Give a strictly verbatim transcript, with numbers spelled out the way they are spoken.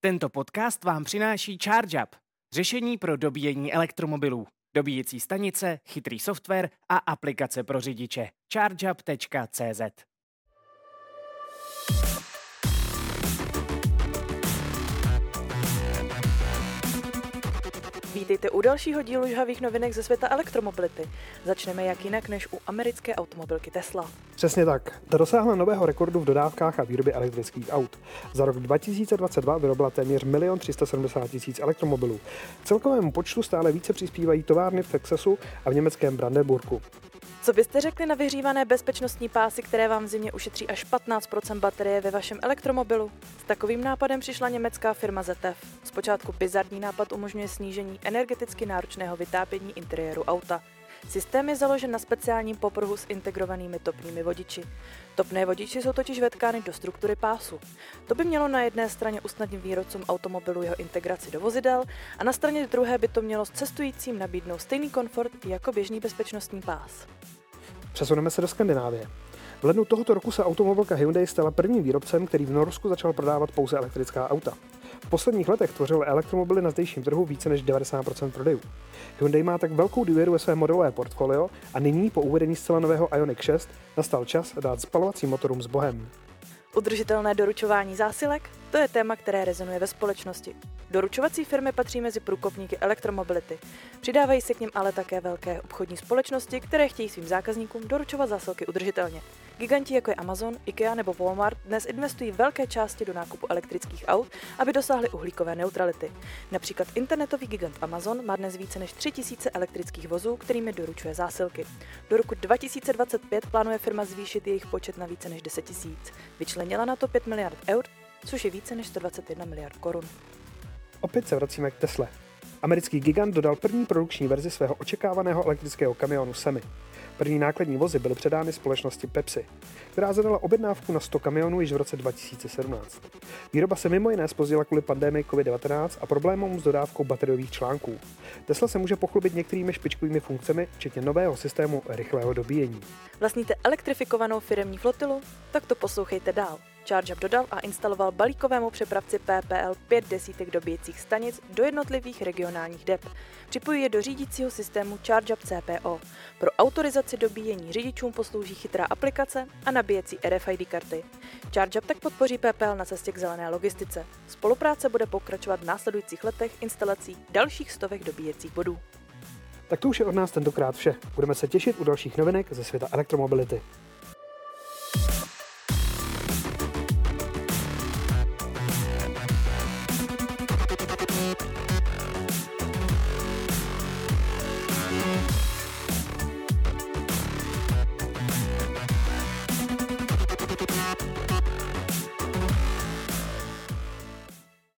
Tento podcast vám přináší ChargeUp, řešení pro dobíjení elektromobilů, dobíjecí stanice, chytrý software a aplikace pro řidiče. chargeup tečka cé zet. Vítejte u dalšího dílu žhavých novinek ze světa elektromobility. Začneme jak jinak než u americké automobilky Tesla. Přesně tak. Ta dosáhla nového rekordu v dodávkách a výrobě elektrických aut. Za rok dva tisíce dvacet dva vyrobila téměř milion tři sta sedmdesát tisíc elektromobilů. K celkovému počtu stále více přispívají továrny v Texasu a v německém Brandenburgu. Co byste řekli na vyhřívané bezpečnostní pásy, které vám v zimě ušetří až patnáct procent baterie ve vašem elektromobilu? S takovým nápadem přišla německá firma zet e ef. Zpočátku bizarní nápad umožňuje snížení energeticky náročného vytápění interiéru auta. Systém je založen na speciálním popruhu s integrovanými topnými vodiči. Topné vodiči jsou totiž vetkány do struktury pásu. To by mělo na jedné straně usnadnit výrobcům automobilu jeho integraci do vozidel a na straně druhé by to mělo cestujícím nabídnout stejný komfort jako běžný bezpečnostní pás. Přesuneme se do Skandinávie. V lednu tohoto roku se automobilka Hyundai stala prvním výrobcem, který v Norsku začal prodávat pouze elektrická auta. V posledních letech tvořily elektromobily na zdejším trhu více než devadesát procent prodejů. Hyundai má tak velkou důvěru ve své modelové portfolio a nyní po uvedení zcela nového Ioniq šest nastal čas dát spalovacím motorům s bohem. Udržitelné doručování zásilek? To je téma, které rezonuje ve společnosti. Doručovací firmy patří mezi průkopníky elektromobility. Přidávají se k nim ale také velké obchodní společnosti, které chtějí svým zákazníkům doručovat zásilky udržitelně. Giganti jako je Amazon, IKEA nebo Walmart dnes investují velké části do nákupu elektrických aut, aby dosáhly uhlíkové neutrality. Například internetový gigant Amazon má dnes více než tři tisíce elektrických vozů, kterými doručuje zásilky. Do roku dva tisíce dvacet pět plánuje firma zvýšit jejich počet na více než deset tisíc. Vyčlenila na to pět miliard eur, což je více než sto dvacet jedna miliard korun. Opět se vracíme k Tesle. Americký gigant dodal první produkční verzi svého očekávaného elektrického kamionu Semi. První nákladní vozy byly předány společnosti Pepsi, která zadala objednávku na sto kamionů již v roce dva tisíce sedmnáct. Výroba se mimo jiné zpozdila kvůli pandemii covid devatenáct a problémům s dodávkou bateriových článků. Tesla se může pochlubit některými špičkovými funkcemi, včetně nového systému rychlého dobíjení. Vlastníte elektrifikovanou firemní flotilu? Tak to poslouchejte dál. ChargeUp dodal a instaloval balíkovému přepravci P P L pět desítek dobíjecích stanic do jednotlivých regionálních dep. Připojí je do řídícího systému ChargeUp C P O. Pro autorizaci dobíjení řidičům poslouží chytrá aplikace a nabíjecí R F I D karty. ChargeUp tak podpoří P P L na cestě k zelené logistice. Spolupráce bude pokračovat v následujících letech instalací dalších stovek dobíjecích bodů. Tak to už je od nás tentokrát vše. Budeme se těšit u dalších novinek ze světa elektromobility.